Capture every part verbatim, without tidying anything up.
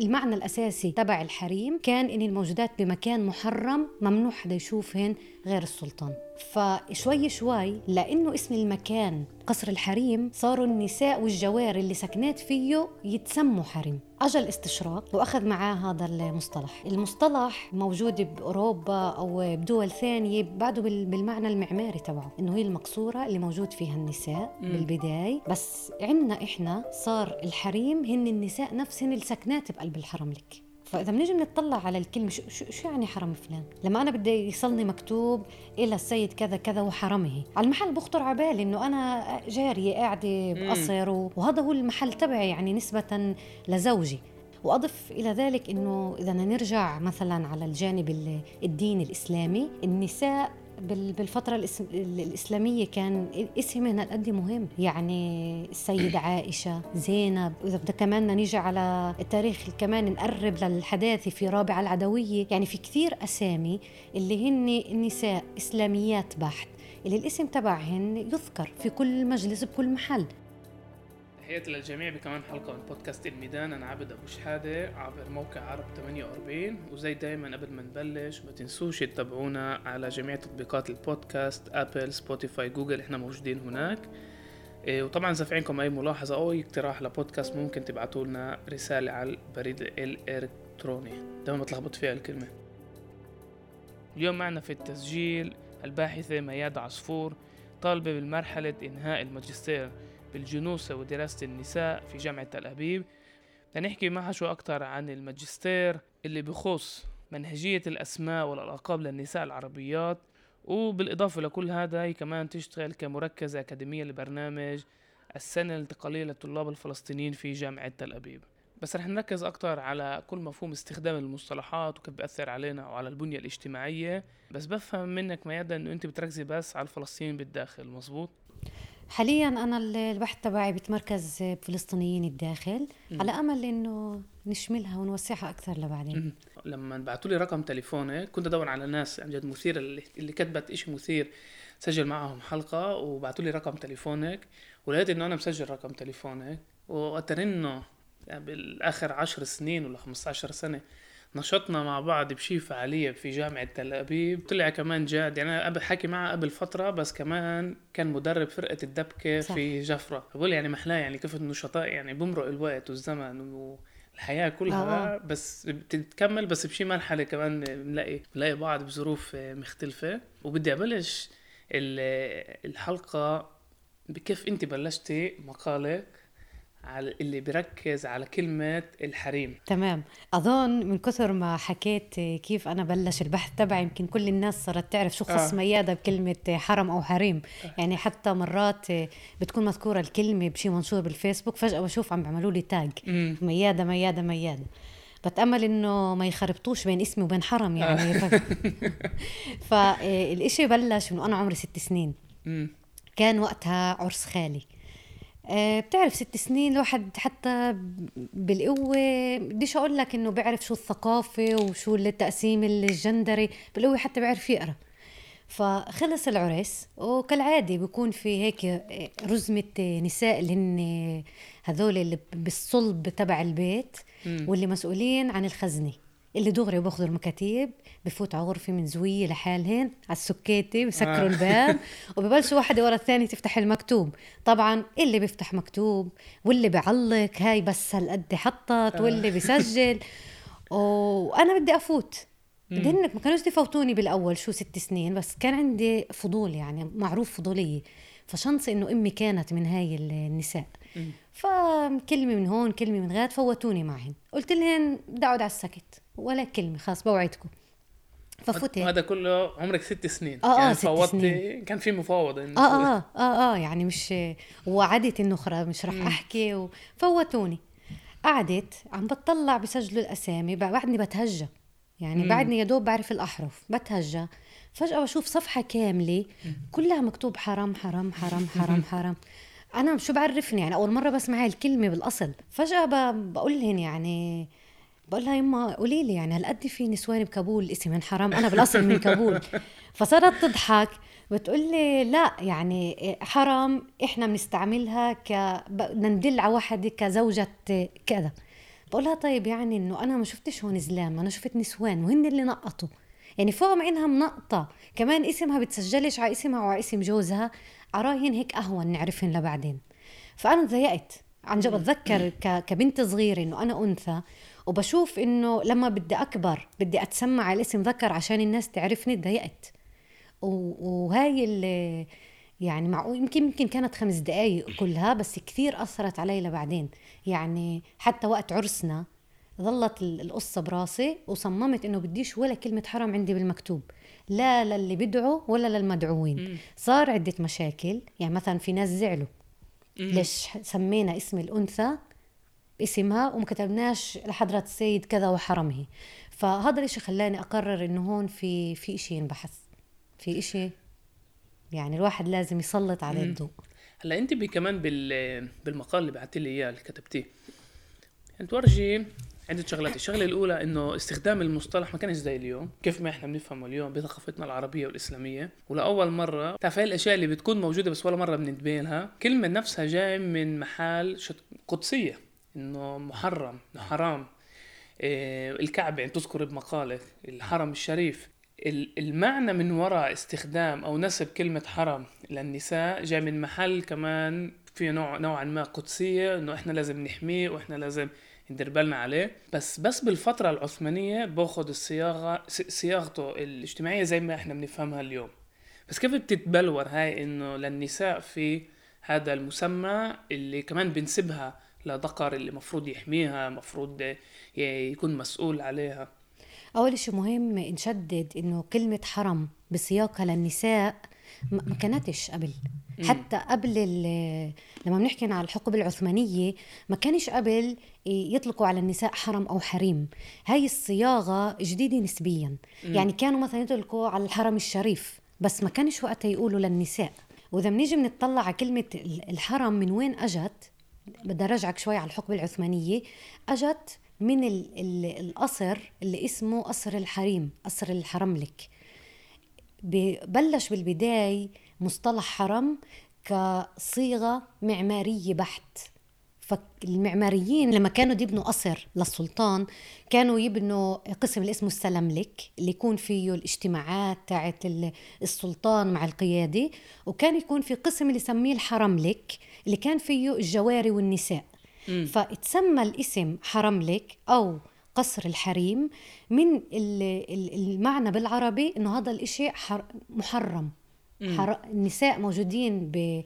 المعنى الأساسي تبع الحريم كان إن الموجودات بمكان محرم ممنوع حدا يشوفهن غير السلطان. فشوي شوي لأنه اسم المكان قصر الحريم صاروا النساء والجوار اللي سكنات فيه يتسموا حريم. أجى الاستشراق وأخذ معاه هذا المصطلح. المصطلح موجود بأوروبا أو بدول ثانية بعده بالمعنى المعماري تبعه، إنه هي المقصورة اللي موجود فيها النساء م. بالبداية. بس عندنا إحنا صار الحريم هن النساء نفسهن السكنات بقلب الحرم لك. فإذا بنيجي بنطلع على الكلمة شو, شو, شو يعني حرم فلان، لما أنا بدي يصلني مكتوب إلى السيد كذا كذا وحرمه، على المحل بخطر عبالي إنه أنا جارية قاعدة بقصر وهذا هو المحل تبعي يعني نسبة لزوجي. وأضف إلى ذلك إنه إذا نرجع مثلا على الجانب الديني الإسلامي، النساء بالفترة الإسلامية كان اسمهن قد مهم، يعني السيدة عائشة، زينب. وإذا بدنا كمان نيجي على التاريخ كمان نقرب للحداثة في رابعة العدوية، يعني في كثير أسامي اللي هن النساء إسلاميات بحت اللي الاسم تبعهن يذكر في كل مجلس بكل محل. تحياتي للجميع بكمان حلقة من بودكاست الميدان. أنا عابد أبو شحادة عبر موقع عرب ثمانية وأربعين. وزي دايما قبل ما نبلش ما تنسوش تتابعونا على جميع تطبيقات البودكاست، أبل، سبوتيفاي، جوجل، إحنا موجودين هناك. إيه وطبعا إذا في عندكم أي ملاحظة أو أي اقتراح لبودكاست ممكن تبعتوا لنا رسالة على البريد الإلكتروني، دائما ما تلخبط فيها الكلمة. اليوم معنا في التسجيل الباحثة مياد عصفور، طالبة بالمرحلة إنهاء الماجستير بالجنوسة ودراسة النساء في جامعة تل أبيب. نحكي معها شو أكتر عن الماجستير اللي بخص منهجية الأسماء والألقاب للنساء العربيات، وبالإضافة لكل هذا هي كمان تشتغل كمركزة أكاديمية لبرنامج السنة الانتقالية للطلاب الفلسطينيين في جامعة تل أبيب. بس رح نركز أكتر على كل مفهوم استخدام المصطلحات وكيف بيأثر علينا وعلى البنية الاجتماعية. بس بفهم منك ميادة أنه أنت بتركزي بس على الفلسطينيين بالداخل، مظبوط؟ حاليا أنا البحث تبعي بتمركز بفلسطينيين الداخل م. على أمل إنه نشملها ونوسعها أكثر لبعدين. م. لما بعتوا لي رقم تليفوني كنت أدور على ناس عن جد مثيرة اللي كتبت إشي مثير سجل معهم حلقة، وبعتوا لي رقم تليفونك ولقيت إنه أنا مسجل رقم تليفونك، وأترنه يعني بالآخر عشر سنين ولا خمسة عشر سنة نشطنا مع بعض بشي فعالية في جامعة تل أبيب. طلع كمان جاد، يعني أنا حكي معه قبل فترة بس كمان كان مدرب فرقة الدبكة صح. في جفرة. بقول يعني محلاه، يعني كيف النشطاء يعني بمرق الوقت والزمن والحياة كلها آه. بس بتتكمل، بس بشي مرحلة كمان بنلاقي بنلاقي بعض بظروف مختلفة. وبدي أبلش الحلقة بكيف أنت بلشتي مقالك على اللي بركز على كلمة الحريم. تمام. أظن من كثر ما حكيت كيف أنا بلش البحث تبعي يمكن كل الناس صارت تعرف شو خص آه. ميادة بكلمة حرم أو حريم. آه. يعني حتى مرات بتكون مذكورة الكلمة بشي منشور بالفيسبوك، فجأة بشوف عم بعملوا لي تاج م. ميادة ميادة ميادة. بتأمل إنه ما يخربطوش بين اسمي وبين حرم يعني. آه. فالإشي بلش من أنا عمري ست سنين. م. كان وقتها عرس خالي. أه بتعرف ست سنين الواحد حتى بالقوة بديش أقول لك إنه بيعرف شو الثقافة وشو التقسيم الجندري، بالقوة حتى بيعرف يقرأ. فخلص العرس وكالعادة بيكون في هيك رزمة نساء اللي هن هذول اللي بالصلب تبع البيت م. واللي مسؤولين عن الخزنة، اللي دغري بأخذوا المكاتيب بفوت على غرفة من زوية لحالهن على السكيتة بسكروا آه. الباب وببلشوا واحدة ورا الثانية تفتح المكتوب. طبعا اللي بيفتح مكتوب واللي بيعلق هاي بس هالقد حطت آه. واللي بيسجل وأنا بدي أفوت. بدهن ما كانوش يفوتوني بالأول شو ست سنين، بس كان عندي فضول يعني معروف فضولية. فشنص إنه أمي كانت من هاي النساء م. فكلمة من هون كلمة من غاد فوتوني معهن. قلت لهن بدي أقعد على السكت ولا كلمة، خلاص بوعدكم. ففوت هذا كله عمرك ست سنين آه يعني آه فوتي كان في مفاوضة آه, آه آه آه يعني مش وعدت إنه خلاص مش رح أحكي وفوتوني. قعدت عم بتطلع بسجلوا الأسامي بعدني بتهجى يعني مم. بعدني يا دوب بعرف الأحرف بتهجى. فجأة بشوف صفحة كاملة كلها مكتوب حرام حرام حرام حرام حرام. أنا شو بعرفني يعني أول مرة بسمع هاي الكلمة بالأصل. فجأة بقول لهن يعني بقول لها يما قولي لي يعني هالقد في نسوان بكابول اسم من حرام، أنا بالأصل من كابول. فصارت تضحك بتقول لي لا يعني حرام إحنا بنستعملها ك ندل على واحد كزوجة كذا. بقولها طيب يعني إنه أنا ما شفتش هون زلام، أنا شفت نسوان وهن اللي نقطوا، يعني فوق مع إنها منقطة كمان اسمها بتسجلش على اسمها وعلى اسم جوزها، عراهن هيك أهون نعرفهن لبعدين. فأنا ضايقت عن جد، بتذكر ك- كبنت صغيرة إنه أنا أنثى، وبشوف إنه لما بدي أكبر بدي أتسمع على الاسم ذكر عشان الناس تعرفني، ضايقت. و- وهاي اللي يعني معقول يمكن يمكن كانت خمس دقايق كلها، بس كثير أثرت علي لبعدين. يعني حتى وقت عرسنا ظلت ال- القصة براسي، وصممت إنه بديش ولا كلمة حرام عندي بالمكتوب، لا للي بدعوا ولا للمدعوين. صار عدة مشاكل، يعني مثلا في ناس زعلوا ليش سمينا اسم الأنثى باسمها وما كتبناش لحضرة السيد كذا وحرمه. فهذا الاشي خلاني أقرر إنه هون في في إشي ينبحث، في إشي يعني الواحد لازم يسلط عليه الضوء. هلا انت بي كمان بال بالمقال اللي بعثت لي اياه اللي كتبتيه، يعني تورجي عدة شغلات. الشغله الاولى انه استخدام المصطلح ما كانش زي اليوم كيف ما احنا بنفهمه اليوم بثقافتنا العربيه والاسلاميه، ولاول مره تعرف هاي الاشياء اللي بتكون موجوده بس ولا مره بننتبه لها. كلمه نفسها جاي من محل شت- قدسيه، انه محرم، انه حرام. إيه الكعبه يعني تذكر بمقالك الحرم الشريف. ال- المعنى من وراء استخدام او نسب كلمة حرم للنساء جاي من محل كمان في نوع نوعا ما قدسية، انه احنا لازم نحميه واحنا لازم ندير بالنا عليه. بس بس بالفترة العثمانية باخد الصياغة س- صياغته الاجتماعية زي ما احنا بنفهمها اليوم. بس كيف بتتبلور هاي انه للنساء في هذا المسمى اللي كمان بنسبها لذكر اللي مفروض يحميها، مفروض يكون مسؤول عليها. أول شيء مهم نشدد إنه كلمة حرم بسياقها للنساء ما ما كانتش قبل. حتى قبل ال- لما بنحكي عن الحقبة العثمانية ما كانش قبل يطلقوا على النساء حرم أو حريم. هاي الصياغة جديدة نسبيا. يعني كانوا مثلا يطلقوا على الحرم الشريف بس ما كانش وقتها يقولوا للنساء. وإذا بنيجي بنطلع على كلمة الحرم من وين أجت، بدي أرجعك شوي على الحقبة العثمانية. أجت من ال ال القصر اللي اسمه قصر الحريم، قصر الحرملك. بلش بالبداية مصطلح حرم كصيغة معمارية بحت. فالمعماريين لما كانوا يبنوا قصر للسلطان كانوا يبنوا قسم اللي اسمه السلملك اللي يكون فيه الاجتماعات تاعت السلطان مع القيادة، وكان يكون في قسم اللي يسميه الحرملك اللي كان فيه الجواري والنساء. مم. فاتسمى الاسم حرملك أو قصر الحريم من المعنى بالعربي إنه هذا الإشي محرم. حر... النساء موجودين ب...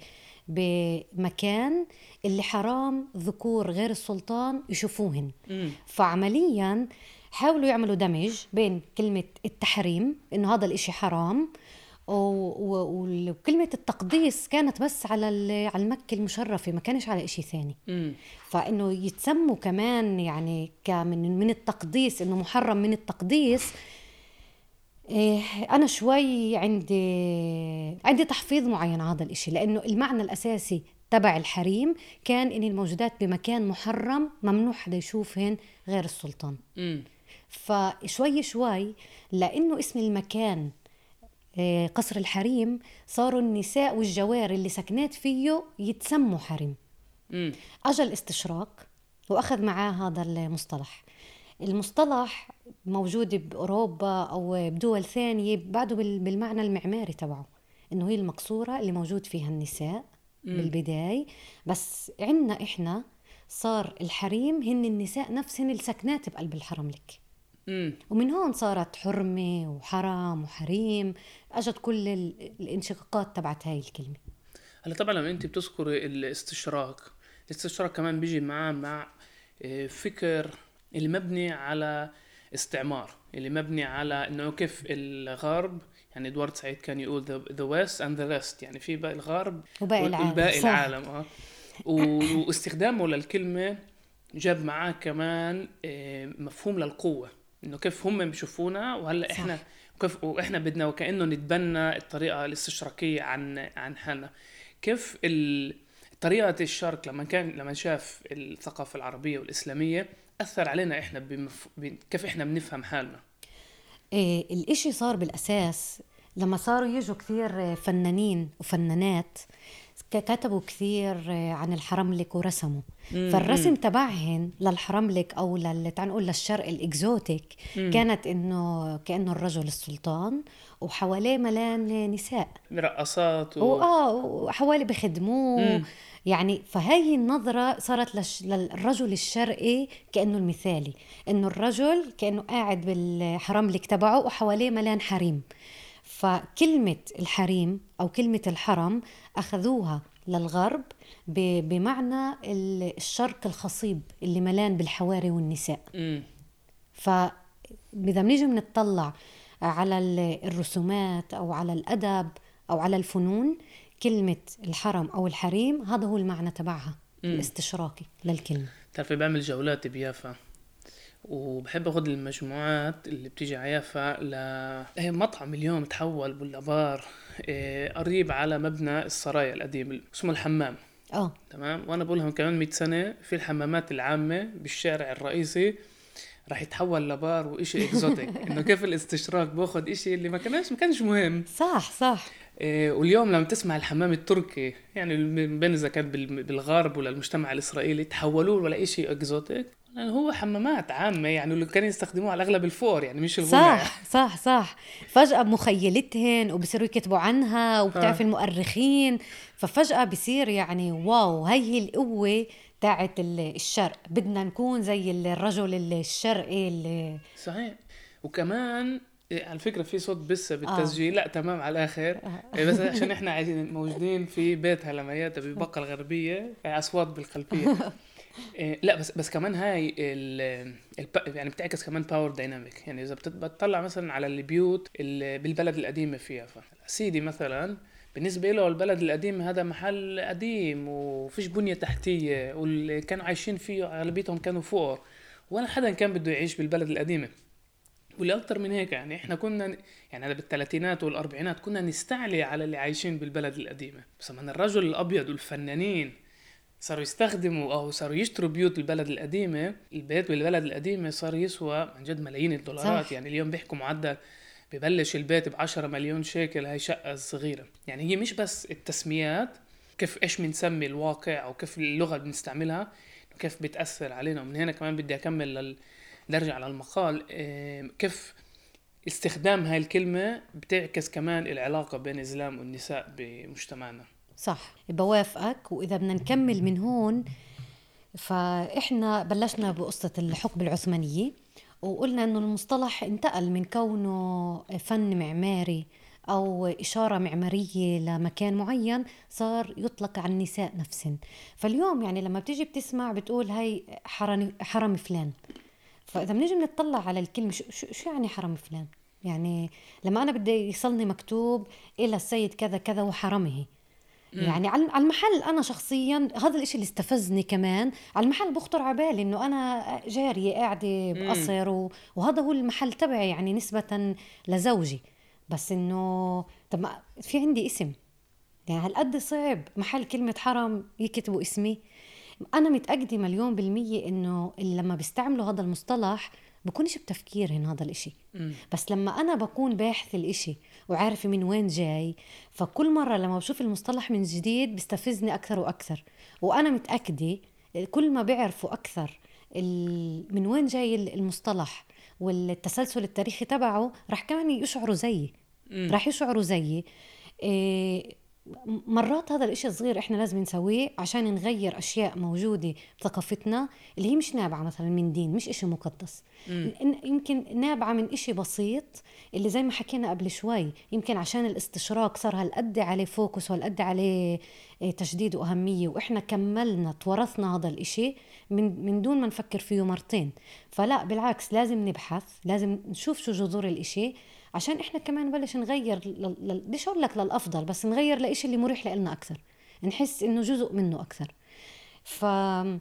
بمكان اللي حرام ذكور غير السلطان يشوفوهن. مم. فعمليا حاولوا يعملوا دمج بين كلمة التحريم إنه هذا الإشي حرام، وكلمة التقديس كانت بس على على المكة المشرفة، ما كانش على إشي ثاني. مم. فإنه يتسموا كمان يعني كمن من التقديس، إنه محرم من التقديس. إيه أنا شوي عندي عندي تحفيظ معين على هذا الإشي، لأنه المعنى الأساسي تبع الحريم كان إن الموجودات بمكان محرم ممنوع حدا يشوفهن غير السلطان. مم. فشوي شوي لأنه اسم المكان قصر الحريم صاروا النساء والجواري اللي سكنات فيه يتسموا حريم. مم. أجل الاستشراق وأخذ معاه هذا المصطلح. المصطلح موجود بأوروبا أو بدول ثانية بعده بالمعنى المعماري تبعه، إنه هي المقصورة اللي موجود فيها النساء. مم. بالبداية بس عنا إحنا صار الحريم هن النساء نفسهن السكنات بقلب الحرم لك. مم. ومن هون صارت حرمة وحرام وحريم، أجت كل الانشقاقات تبعت هاي الكلمة. هلا طبعا لما أنت بتذكر الاستشراق، الاستشراق كمان بيجي معاه مع فكر اللي مبني على استعمار، اللي مبني على إنه كيف الغرب، يعني إدوارد سعيد كان يقول the, the west and the rest، يعني في باقي الغرب وباقي العالم, باقي العالم. آه. واستخدامه للكلمة جاب معاه كمان مفهوم للقوة، إنه كيف هم بيشوفونا وهلا إحنا كيف وإحنا بدنا وكأنه نتبنى الطريقة الاستشراقية عن عن حالنا. كيف طريقة الشرق لما كان لما شاف الثقافة العربية والإسلامية أثر علينا إحنا بمف... ب... كيف إحنا بنفهم حالنا. إيه الإشي صار بالأساس لما صاروا يجوا كثير فنانين وفنانات كتبوا كثير عن الحرملك ورسموا. فالرسم تبعهن للحرملك أو لل... تعنقول للشرق الإكزوتيك كانت إنه كأنه الرجل السلطان وحواليه ملان نساء رقصات و... وآه وحوالي بخدموه. يعني فهي النظرة صارت لش... للرجل الشرقي كأنه المثالي، إنه الرجل كأنه قاعد بالحرملك تبعه وحواليه ملان حريم. فكلمة الحريم أو كلمة الحرم أخذوها للغرب بمعنى الشرق الخصيب اللي ملان بالحواري والنساء. فإذا بنيجي بنطلع على الرسومات أو على الأدب أو على الفنون، كلمة الحرم أو الحريم هذا هو المعنى تبعها الاستشراقي للكلمة. تعرفي بعمل جولات بيافا وبحب أخذ المجموعات اللي بتيجي عيافة لمطعم اليوم تحول بولافار قريب على مبنى السرايا القديم اسمه الحمام. اه تمام. وأنا بقولهم كمان مئة سنة في الحمامات العامة بالشارع الرئيسي راح يتحول لبار وإشي إكزوتيك. إنه كيف الاستشراق بأخذ إشي اللي ما كانش ما كانش مهم. صح صح. إيه واليوم لما تسمع الحمام التركي يعني بين إذا كان بالغرب ولا المجتمع الإسرائيلي تحولوه ولا إشي إكزوتيك، لأن هو حمامات عامة يعني اللي كانوا يستخدموه على أغلب الفور يعني مش الغنى. صح صح صح. فجأة بمخيلتهن وبصيروا يكتبوا عنها وبتعرف المؤرخين، ففجأة بصير يعني واو هاي هي القوة تاعت الشرق، بدنا نكون زي الرجل الشرقي اللي صحيح. وكمان على فكرة في صوت بس بالتسجيل. آه. لا تمام على الآخر. آه. بس عشان إحنا عايزين موجودين في بيت هلميات ببقى الغربية أصوات بالخلفية. لا بس بس كمان هاي ال يعني بتعكس كمان باور دايناميك. يعني إذا بتطلع مثلا على البيوت بالبلد القديمة فيها، فسيدي مثلا بالنسبة له البلد القديم هذا محل قديم وفيش بنية تحتية واللي كانوا عايشين فيه أغلبيتهم كانوا فقر ولا حدا كان بده يعيش بالبلد القديمة. واللي أكتر من هيك يعني إحنا كنا يعني هذا بالثلاثينات والأربعينات كنا نستعلي على اللي عايشين بالبلد القديمة. بس من الرجل الأبيض والفنانين صاروا يستخدموا أو صاروا يشتروا بيوت البلد القديمة، البيت بالبلد القديمة صار يسوى عن جد ملايين الدولارات. صح. يعني اليوم بيحكوا معدل ببلش البيت بعشرة مليون شيكل هاي شقة صغيرة. يعني هي مش بس التسميات كيف إيش بنسمي الواقع أو كيف اللغة اللي بنستعملها كيف بتأثر علينا. ومن هنا كمان بدي أكمل لل... نرجع على المقال إيه كيف استخدام هاي الكلمة بتعكس كمان العلاقة بين الإسلام والنساء بمجتمعنا. صح بوافقك. وإذا بدنا نكمل من هون، فإحنا بلشنا بقصة الحقبة العثمانية وقلنا إنه المصطلح انتقل من كونه فن معماري أو إشارة معمارية لمكان معين صار يطلق على النساء نفسهن. فاليوم يعني لما بتيجي بتسمع بتقول هاي حرم, حرم فلان. فإذا بنيجي بنطلع على الكلمة شو, شو يعني حرم فلان؟ يعني لما أنا بدي يصلني مكتوب إلى السيد كذا كذا وحرمه، يعني على المحل أنا شخصيا هذا الإشي اللي استفزني كمان. على المحل بخطر عبالي إنه أنا جارية قاعدة بقصر و... وهذا هو المحل تبعي يعني نسبة لزوجي. بس إنه طب في عندي اسم، يعني هالقد صعب محل كلمة حرم يكتبوا اسمي. أنا متأكدة مليون بالمية إنه لما بيستعملوا هذا المصطلح بكونش بتفكيرهن هذا الاشي. م. بس لما أنا بكون باحث الاشي وعارفة من وين جاي، فكل مرة لما بشوف المصطلح من جديد بيستفزني أكثر وأكثر. وأنا متأكدة كل ما بعرفوا أكثر من وين جاي المصطلح والتسلسل التاريخي تبعه رح كمان يشعروا زيي. م. رح يشعروا زيي. إيه مرات هذا الاشي الصغير احنا لازم نسويه عشان نغير اشياء موجودة بثقافتنا اللي هي مش نابعة مثلا من دين، مش اشي مقدس. م. يمكن نابعة من اشي بسيط اللي زي ما حكينا قبل شوي، يمكن عشان الاستشراق صار هالقد عليه فوكس وهالقد عليه تشديد واهمية، واحنا كملنا تورثنا هذا الاشي من من دون ما نفكر فيه مرتين. فلا بالعكس لازم نبحث، لازم نشوف شو جذور الاشي عشان إحنا كمان نبلش نغير ل... ليش أقول لك للأفضل، بس نغير لإشي اللي مريح لنا أكثر، نحس إنه جزء منه أكثر. فعلى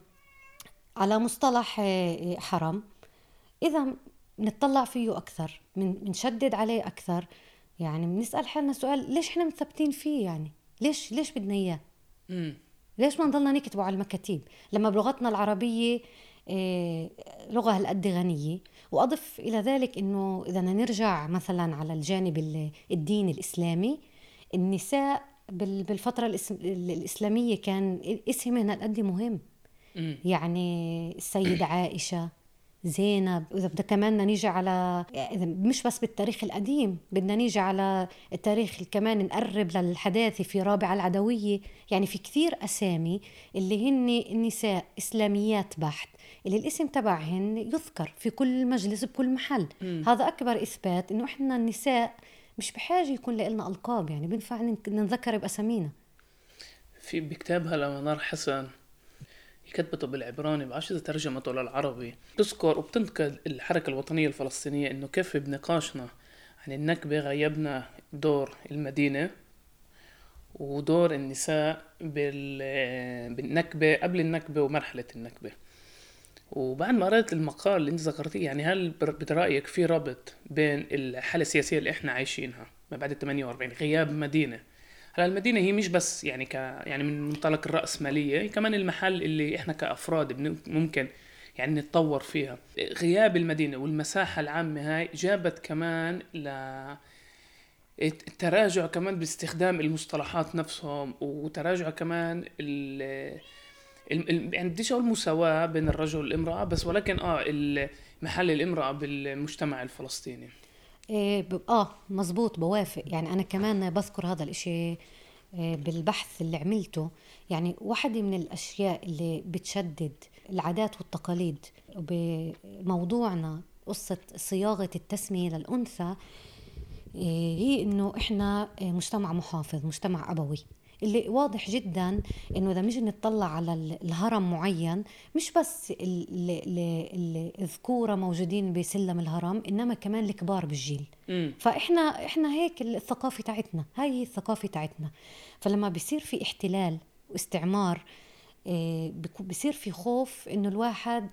مصطلح حرم إذا نتطلع فيه أكثر، من نشدد عليه أكثر، يعني بنسأل حالنا سؤال ليش إحنا مثبتين فيه؟ يعني ليش ليش بدنا إياه؟ ليش ما نضلنا نكتبه على المكاتيب لما بلغتنا العربية إيه لغة هالقد غنية؟ وأضف إلى ذلك إنه إذا نرجع مثلا على الجانب الدين الإسلامي، النساء بالفترة الإسلامية كان اسمهن قد مهم. م. يعني السيدة عائشة، زينب، وإذا بدنا كمان نيجي على مش بس بالتاريخ القديم، بدنا نيجي على التاريخ كمان نقرب للحداثة في رابعة العدوية. يعني في كثير أسامي اللي هن النساء إسلاميات بحت، اللي الاسم تبعهن يذكر في كل مجلس بكل محل. م. هذا أكبر إثبات إنه إحنا النساء مش بحاجة يكون لنا ألقاب، يعني بنفع نذكر بأسامينا. في بكتابها لمنار حسن كتبته بالعبراني، بعرفش إذا ترجمته للعربي، تذكر وبتنتقد الحركة الوطنية الفلسطينية إنه كيف بنقاشنا عن النكبة غيبنا دور المدينة ودور النساء بالنكبة قبل النكبة ومرحلة النكبة. وبعد ما قرأت المقال اللي انت ذكرتيه، يعني هل برأيك في ربط بين الحالة السياسية اللي احنا عايشينها ما بعد ثمانية وأربعين، غياب مدينة؟ هلا المدينة هي مش بس يعني ك يعني من منطلق الرأسمالية، كمان المحل اللي احنا كأفراد ممكن يعني نتطور فيها. غياب المدينة والمساحة العامة هاي جابت كمان ل التراجع كمان باستخدام المصطلحات نفسهم، وتراجع كمان ال يعني بديش اقول مساواة بين الرجل والامرأة بس، ولكن اه محل الامرأة بالمجتمع الفلسطيني. إيه اه مزبوط، بوافق. يعني انا كمان بذكر هذا الاشي إيه بالبحث اللي عملته. يعني واحدة من الاشياء اللي بتشدد العادات والتقاليد بموضوعنا قصة صياغة التسمية للأنثى إيه هي انه احنا مجتمع محافظ، مجتمع ابوي، اللي واضح جدا انه اذا نيجي نطلع على الهرم معين، مش بس الذكوره موجودين بسلم الهرم، انما كمان الكبار بالجيل. م. فاحنا احنا هيك الثقافه تاعتنا، هاي هي الثقافه تاعتنا. فلما بيصير في احتلال واستعمار بيصير في خوف انه الواحد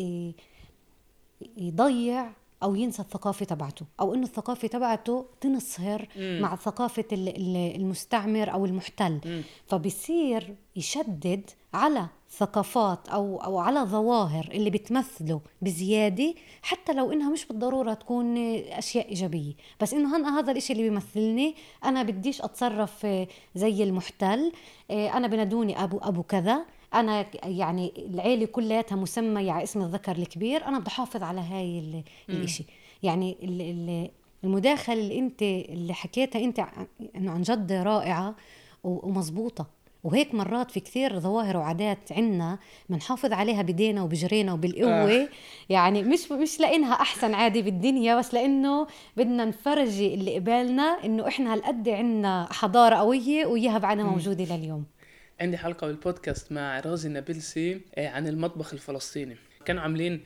يضيع أو ينسى الثقافة تبعته، أو إنه الثقافة تبعته تنصهر مم. مع ثقافة المستعمر أو المحتل. مم. فبيصير يشدد على ثقافات أو أو على ظواهر اللي بتمثله بزيادة، حتى لو إنها مش بالضرورة تكون أشياء إيجابية، بس إنه هن هذا الإشي اللي بيمثلني، أنا بديش أتصرف زي المحتل، أنا بندوني أبو أبو كذا، أنا يعني العيلة كلها مسمى على اسم الذكر الكبير، أنا بدي أحافظ على هاي الإشي. يعني المداخلة اللي أنت اللي حكيتها أنت إنه عن جد رائعة ومزبوطة. وهيك مرات في كثير ظواهر وعادات عنا منحافظ عليها بدينا وبجرينا وبالقوة. آه. يعني مش مش لأنها أحسن عادي بالدنيا، بس لأنه بدنا نفرجي اللي قبالنا إنه إحنا هالقد عنا حضارة قوية وإياها بعدها موجودة لليوم. عندي حلقة بالبودكاست مع رازي نابلسي عن المطبخ الفلسطيني، كانوا عاملين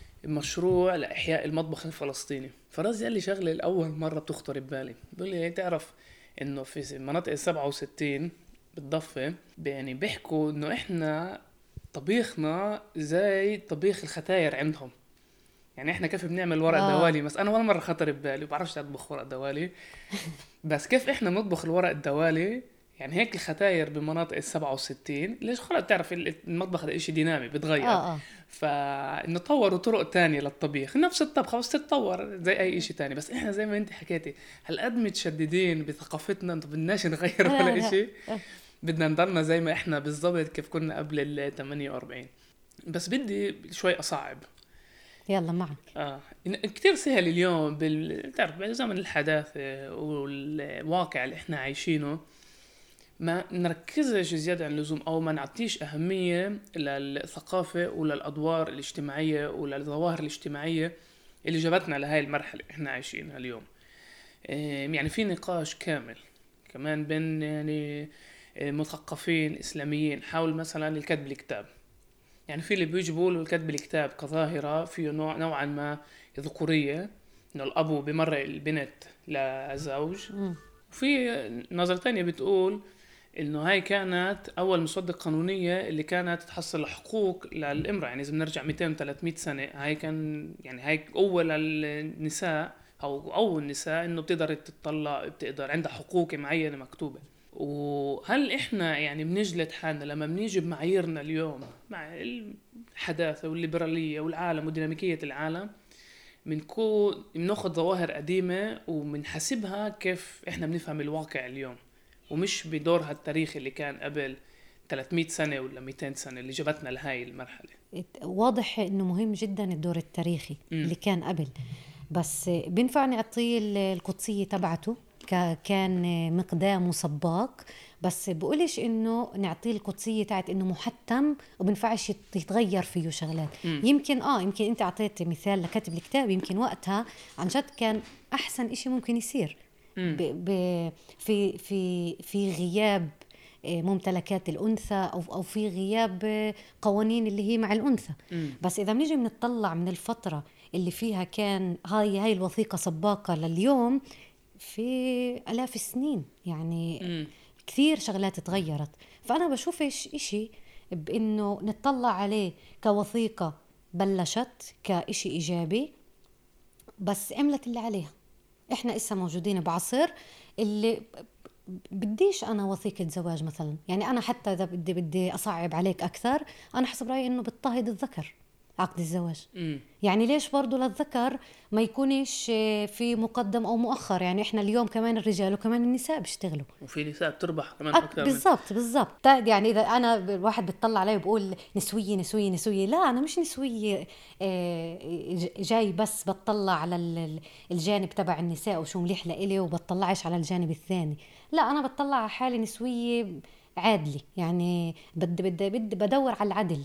مشروع لإحياء المطبخ الفلسطيني. فرازي قال لي شغلة الأول مرة بتخطر ببالي، بيقول لي تعرف إنه في مناطق سبعة وستين بالضفة يعني بيحكوا إنه إحنا طبيخنا زي طبيخ الختاير عندهم. يعني إحنا كيف بنعمل ورق آه. دوالي، بس أنا ولا مرة خطر ببالي وبعرفش أطبخ ورق دوالي بس كيف إحنا نطبخ الورق الدوالي. يعني هيك الختاير بمناطق السبعة وستين ليش خلاص تعرف المطبخ ده إشي دينامي بتغير. آه آه. فإنه طوروا طرق تانية للطبيخ، نفس الطبخة بس تتطور زي أي إشي تاني. بس إحنا زي ما أنت حكيتي هالقد متشددين بثقافتنا، أنتوا بدناش نغير ولا إشي، بدنا نضلنا زي ما إحنا بالضبط كيف كنا قبل ال ثمانية وأربعين. بس بدي شوي أصعب. يلا معك. آه كتير سهل اليوم بال تعرف بزمن الحداثة والواقع اللي إحنا عايشينه ما نركزش زيادة عن اللزوم أو ما نعطيش أهمية للثقافة وللأدوار الاجتماعية وللظواهر الاجتماعية اللي جابتنا لهاي المرحلة إحنا عايشينها اليوم. يعني في نقاش كامل كمان بين يعني مثقفين إسلاميين حول مثلا الكتب الكتاب. يعني في اللي بيجبوا له الكتب الكتاب كظاهرة فيه نوع نوعا ما ذكورية، إنه الأبو بمرق البنت لزوج، وفي نظرة تانية بتقول إنه هاي كانت أول مصدق قانونية اللي كانت تحصل الحقوق للإمرأة. يعني إذا بنرجع مئتين ثلاثمئة سنة هاي كان يعني هاي أول النساء أو أول النساء إنه بتقدر تطلع، بتقدر عندها حقوق معينة مكتوبة. وهل إحنا يعني بنجلد حالنا لما بنيجي بمعاييرنا اليوم مع الحداثة والليبرالية والعالم وديناميكية العالم بنكون بناخد ظواهر قديمة وبنحسبها كيف إحنا بنفهم الواقع اليوم؟ ومش بدورها التاريخي اللي كان قبل ثلاثمية سنة ولا مئتين سنة اللي جابتنا لهاي المرحلة. واضح إنه مهم جدا الدور التاريخي م. اللي كان قبل، بس بينفعني أعطيه القدسية تبعته كان مقدام وصباق، بس بقولش إنه نعطيه القدسية تاعت إنه محتم وبنفعش يتغير فيه شغلات. م. يمكن آه يمكن أنت أعطيت مثال لكاتب الكتاب، يمكن وقتها عن جد كان أحسن إشي ممكن يصير ب ب في في في غياب ممتلكات الأنثى أو أو في غياب قوانين اللي هي مع الأنثى. م. بس إذا بنيجي بنطلع من الفترة اللي فيها كان هاي هاي الوثيقة سباقة لليوم، في آلاف السنين يعني م. كثير شغلات تغيرت. فأنا بشوفش إشي بإنه نطلع عليه كوثيقة بلشت كإشي إيجابي بس عملت اللي عليها. إحنا إسا موجودين بعصر اللي بديش أنا وثيقة زواج مثلا، يعني أنا حتى إذا بدي بدي أصعب عليك أكثر، أنا حسب رأيي إنه بتضطهد الذكر عقد الزواج. م. يعني ليش برضو للذكر ما يكونش في مقدم أو مؤخر؟ يعني إحنا اليوم كمان الرجال وكمان النساء بيشتغلوا، وفي نساء بتربح كمان أكثر. بالضبط بالضبط. يعني إذا أنا الواحد بتطلع عليه وبقول نسوية نسوية نسوية، لا أنا مش نسوية جاي بس بتطلع على الجانب تبع النساء وشو مليح لإلي وبتطلعش على الجانب الثاني. لا أنا بتطلع على حالي نسوية عادلة، يعني بدي بدي بدي بدور على العدل.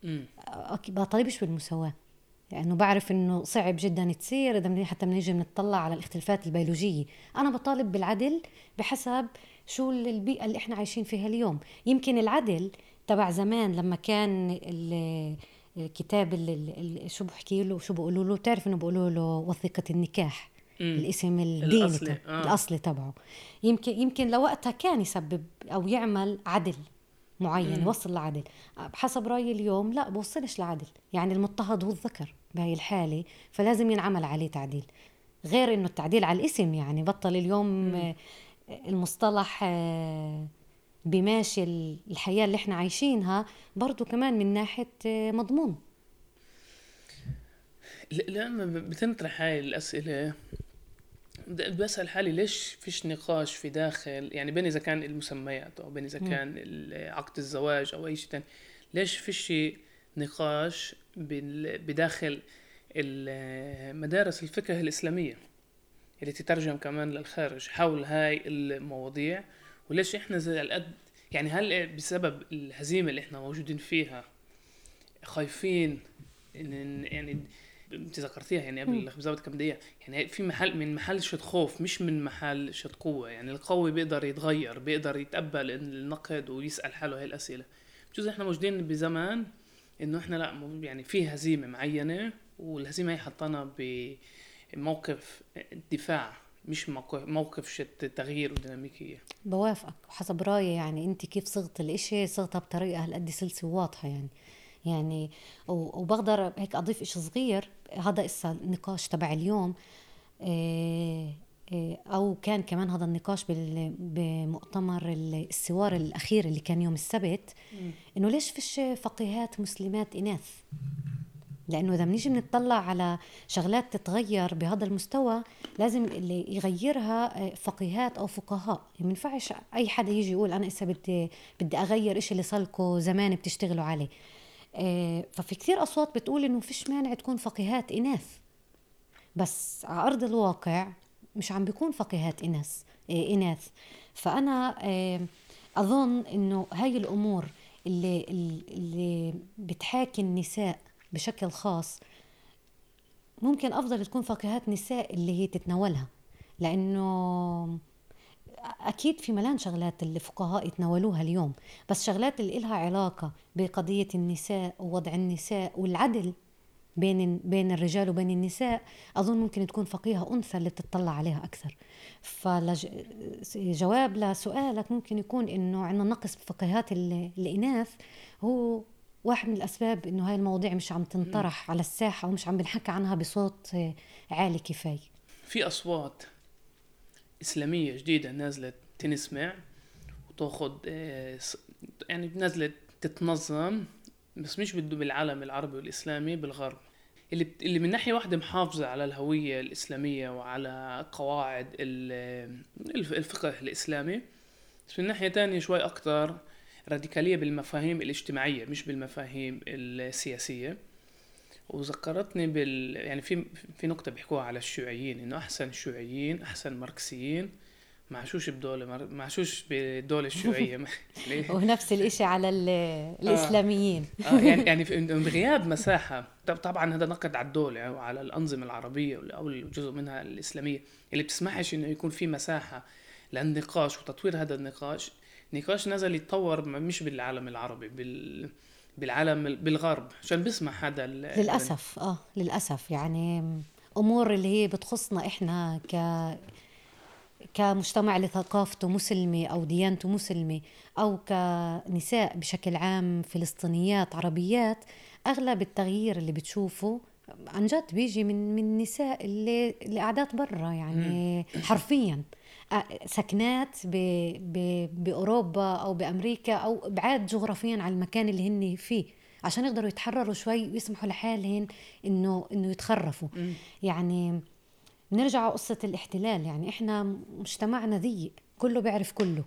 بطالبش بالمساواة لأنه يعني بعرف إنه صعب جدا تصير إذا حتى بنيجي بنطلع على الاختلافات البيولوجية. أنا بطالب بالعدل بحسب شو البيئة اللي إحنا عايشين فيها اليوم. يمكن العدل تبع زمان لما كان الكتاب اللي شو بحكي له شو بقولوا له، بتعرف إنه بقولوا له وثيقة النكاح، مم. الاسم الديني الأصلي. آه. الأصلي تبعه. يمكن يمكن لوقتها كان يسبب أو يعمل عدل معين، يوصل لعدل. بحسب رأيي اليوم لا بوصلش لعدل، يعني المضطهد هو الذكر بهاي الحالة، فلازم ينعمل عليه تعديل، غير إنه التعديل على الاسم. يعني بطل اليوم م. المصطلح بماشي الحياة اللي احنا عايشينها برضو كمان من ناحية مضمون. لما بتنطرح هاي الأسئلة بسأل حالي ليش فيش نقاش في داخل، يعني بين إذا كان المسميات أو بين إذا كان عقد الزواج أو أي شيء تاني، ليش فيش نقاش بداخل المدارس الفقه الإسلامية اللي تترجم كمان للخارج حول هاي المواضيع؟ وليش إحنا زي القد يعني هل بسبب الهزيمة اللي إحنا موجودين فيها خايفين إن يعني انت ذكرتيها يعني قبل بزود كم دقيقة، يعني في محل من محل شد خوف مش من محل شد قوة. يعني القوي بيقدر يتغير، بيقدر يتقبل النقد ويسأل حاله هاي الأسئلة. بجوز احنا موجودين بزمان انه احنا لا يعني في هزيمة معينة والهزيمة هي حطنا بموقف دفاع مش موقف شت تغيير وديناميكية. بوافقك وحسب رأيي. يعني انت كيف صغت الاشي صغتها بطريقة هالقد سلسة واضحة يعني يعني وبقدر هيك أضيف إشي صغير. هذا إسا النقاش تبع اليوم أو كان كمان هذا النقاش بمؤتمر السوار الأخير اللي كان يوم السبت، إنه ليش فيش فقيهات مسلمات إناث؟ لأنه إذا بنيجي بنطلع على شغلات تتغير بهذا المستوى لازم اللي يغيرها فقيهات أو فقهاء. يعني منفعش أي حدا يجي يقول أنا إسا بدي بدي أغير إشي اللي صالكو زمان بتشتغلوا عليه. ففي كثير أصوات بتقول إنه فيش مانع تكون فقيهات إناث، بس على أرض الواقع مش عم بيكون فقيهات إناث إناث. فأنا أظن إنه هاي الأمور اللي اللي بتحاكي النساء بشكل خاص ممكن أفضل تكون فقيهات نساء اللي هي تتناولها، لأنه أكيد في ملان شغلات اللي فقهاء يتناولوها اليوم، بس شغلات اللي إلها علاقة بقضية النساء ووضع النساء والعدل بين بين الرجال وبين النساء أظن ممكن تكون فقيهة أنثى اللي تتطلع عليها أكثر. فجواب لسؤالك ممكن يكون إنه عندنا نقص بفقيهات الإناث هو واحد من الأسباب إنه هاي المواضيع مش عم تنطرح على الساحة ومش عم بنحكي عنها بصوت عالي كفاية. في أصوات إسلامية جديدة نازلة تنسمع وتأخذ يعني نازلة تتنظم، بس مش بده بالعالم العربي والإسلامي بالغرب، اللي اللي من ناحية واحدة محافظة على الهوية الإسلامية وعلى قواعد الفقه الإسلامي، بس من ناحية تانية شوي أكتر راديكالية بالمفاهيم الاجتماعية مش بالمفاهيم السياسية. وذكرتني بال يعني في في نقطة بيحكوها على الشيوعيين إنه أحسن الشيوعيين أحسن ماركسيين معشوش بدولة معشوش بالدولة الشيوعية. ونفس الإشي على الإسلاميين. آه يعني يعني في بغياب مساحة. طبعا هذا نقد على الدولة وعلى الأنظمة العربية أو الجزء منها الإسلامية اللي بتسمحش إنه يكون في مساحة للنقاش وتطوير هذا النقاش. نقاش نزل يتطور مش بالعالم العربي بال بالعالم بالغرب عشان بيسمح هذا للأسف. آه للأسف يعني أمور اللي هي بتخصنا إحنا ك كمجتمع لثقافته مسلمة أو ديانته مسلمة أو كنساء بشكل عام فلسطينيات عربيات، أغلب التغيير اللي بتشوفه عن جد بيجي من من النساء اللي اللي قاعدات برا يعني حرفيا سكنات ب ب بأوروبا أو بأمريكا أو بعاد جغرافيا عن المكان اللي هن فيه عشان يقدروا يتحرروا شوي ويسمحوا لحالهم إنه إنه يتخرفوا. م. يعني نرجع قصة الاحتلال، يعني إحنا مجتمعنا ضيق كله بيعرف كله،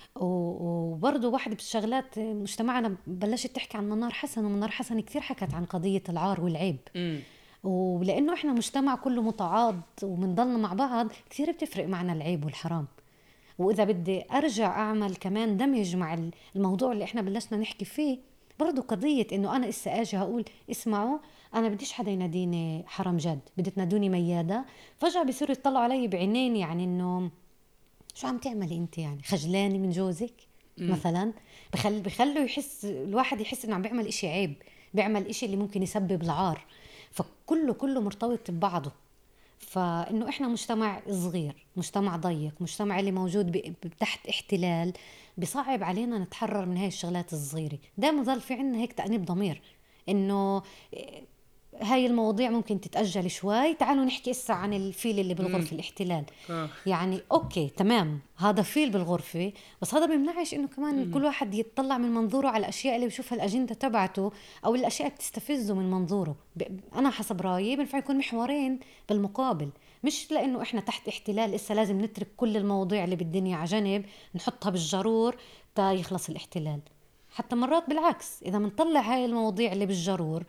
وبرضو واحدة بالشغلات مجتمعنا بلشت تحكي عن منار حسن، ومنار حسن كتير حكت عن قضية العار والعيب. م. ولأنه إحنا مجتمع كله متعاض ومنضلنا مع بعض كتير بتفرق معنا العيب والحرام. وإذا بدي أرجع أعمل كمان دمج مع الموضوع اللي إحنا بلشنا نحكي فيه، برضو قضية إنه أنا إسا أجي هقول اسمعوا أنا بديش حدا يناديني حرام جد، بدي تنادوني ميادة، فجأة بيصيروا يطلعوا علي بعينين يعني إنه شو عم تعملي أنت، يعني خجلاني من جوزك م. مثلا. بخل بخلوا يحس الواحد يحس إنه عم بيعمل إشي عيب، بيعمل إشي اللي ممكن يسبب العار، فكله كله مرتبط ببعضه. فإنه إحنا مجتمع صغير، مجتمع ضيق، مجتمع اللي موجود تحت احتلال، بصعب علينا نتحرر من هاي الشغلات الصغيرة. دائما ظل في عنا هيك تأنيب ضمير إنه هاي المواضيع ممكن تتأجل شوي، تعالوا نحكي إسا عن الفيل اللي بالغرفة الاحتلال. آه. يعني أوكي تمام هذا فيل بالغرفة، بس هذا بيمنعش إنه كمان مم. كل واحد يتطلع من منظوره على الأشياء اللي بيشوفها الأجندة تبعته أو الأشياء بتستفزه من منظوره. أنا حسب رأيي بنفع يكون محورين بالمقابل، مش لأنه إحنا تحت احتلال إسا لازم نترك كل المواضيع اللي بالدنيا على جنب نحطها بالجرور تا يخلص الاحتلال. حتى مرات بالعكس، إذا منطلع هاي المواضيع اللي بالجرور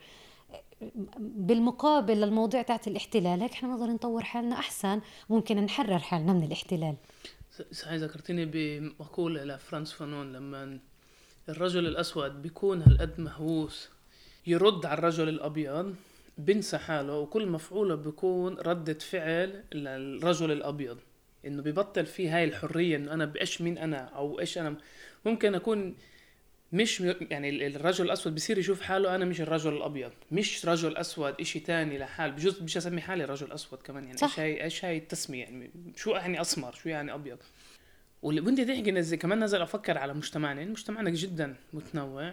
بالمقابل للموضوع تاعت الاحتلال، هيك احنا نقدر نطور حالنا أحسن، ممكن نحرر حالنا من الاحتلال. صحيح ذكرتني بمقولة لفرانس فانون لما الرجل الأسود بيكون هالقد مهووس يرد على الرجل الأبيض بنسى حاله، وكل مفعوله بيكون ردة فعل للرجل الأبيض، إنه بيبطل فيه هاي الحرية إنه أنا بإيش مين أنا أو إيش أنا ممكن أكون مش يعني الرجل الأسود بيصير يشوف حاله أنا مش الرجل الأبيض، مش رجل أسود إشي تاني لحال، بجوز مش أسمي حالي رجل أسود كمان يعني. إيش هاي إيش هاي التسمية يعني، شو يعني أسمر شو يعني أبيض. واللي بدي تحكي نزل كمان نزل أفكر على مجتمعنا، مجتمعنا جدا متنوع،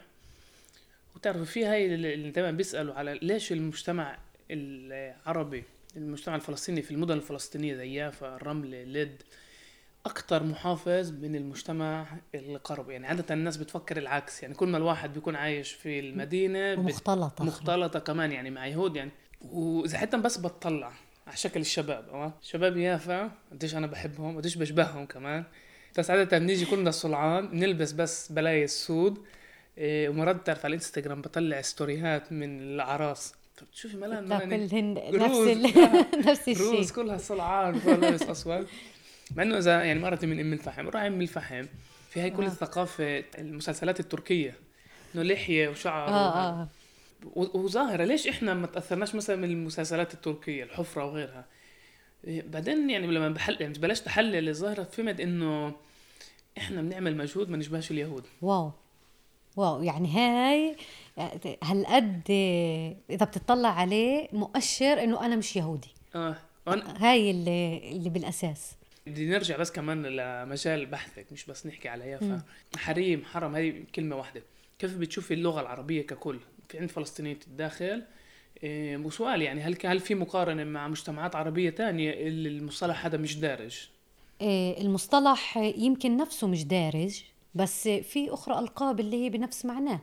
وتعرف في هاي اللي دائما بيسألوا على ليش المجتمع العربي المجتمع الفلسطيني في المدن الفلسطينية زي يافا الرملة لد أكتر محافظ من المجتمع الغربي. يعني عادة الناس بتفكر العكس، يعني كل ما الواحد بيكون عايش في المدينة مختلطة مختلطة كمان يعني مع يهود يعني. وإذا حتى بس بتطلع على شكل الشباب أه شباب يافا قديش أنا بحبهم قديش بشبههم كمان، بس عادة نيجي كلنا صلعان نلبس بس بلاي السود إيه، ومرات تعرف على الانستغرام بطلع ستوريهات من الأعراس شوفي ملان كلهن نفس نفس الشيء، روز كلها صلعان كلها لابس أسود. مع انه اذا يعني مرت من ام الفحم راح ام الفحم في هاي كل آه. الثقافه المسلسلات التركيه انه لحيه وشعر آه آه. وظاهره ليش احنا ما تاثرناش مثلا من المسلسلات التركيه الحفره وغيرها. بعدين يعني لما بحل يعني بلشت احلل الظاهره فهمت انه احنا بنعمل مجهود ما نشبهش اليهود. واو واو يعني هاي هالقد اذا بتطلع عليه مؤشر انه انا مش يهودي. اه هاي اللي اللي بالاساس. بدي نرجع بس كمان لمجال بحثك مش بس نحكي على يافا. حريم حرم هاي كلمة واحدة، كيف بتشوفي اللغة العربية ككل في عند فلسطينية الداخل؟ إيه وسؤال يعني هل هل في مقارنة مع مجتمعات عربية تانية اللي المصطلح هذا مش دارج؟ إيه المصطلح يمكن نفسه مش دارج، بس في أخرى ألقاب اللي هي بنفس معناه.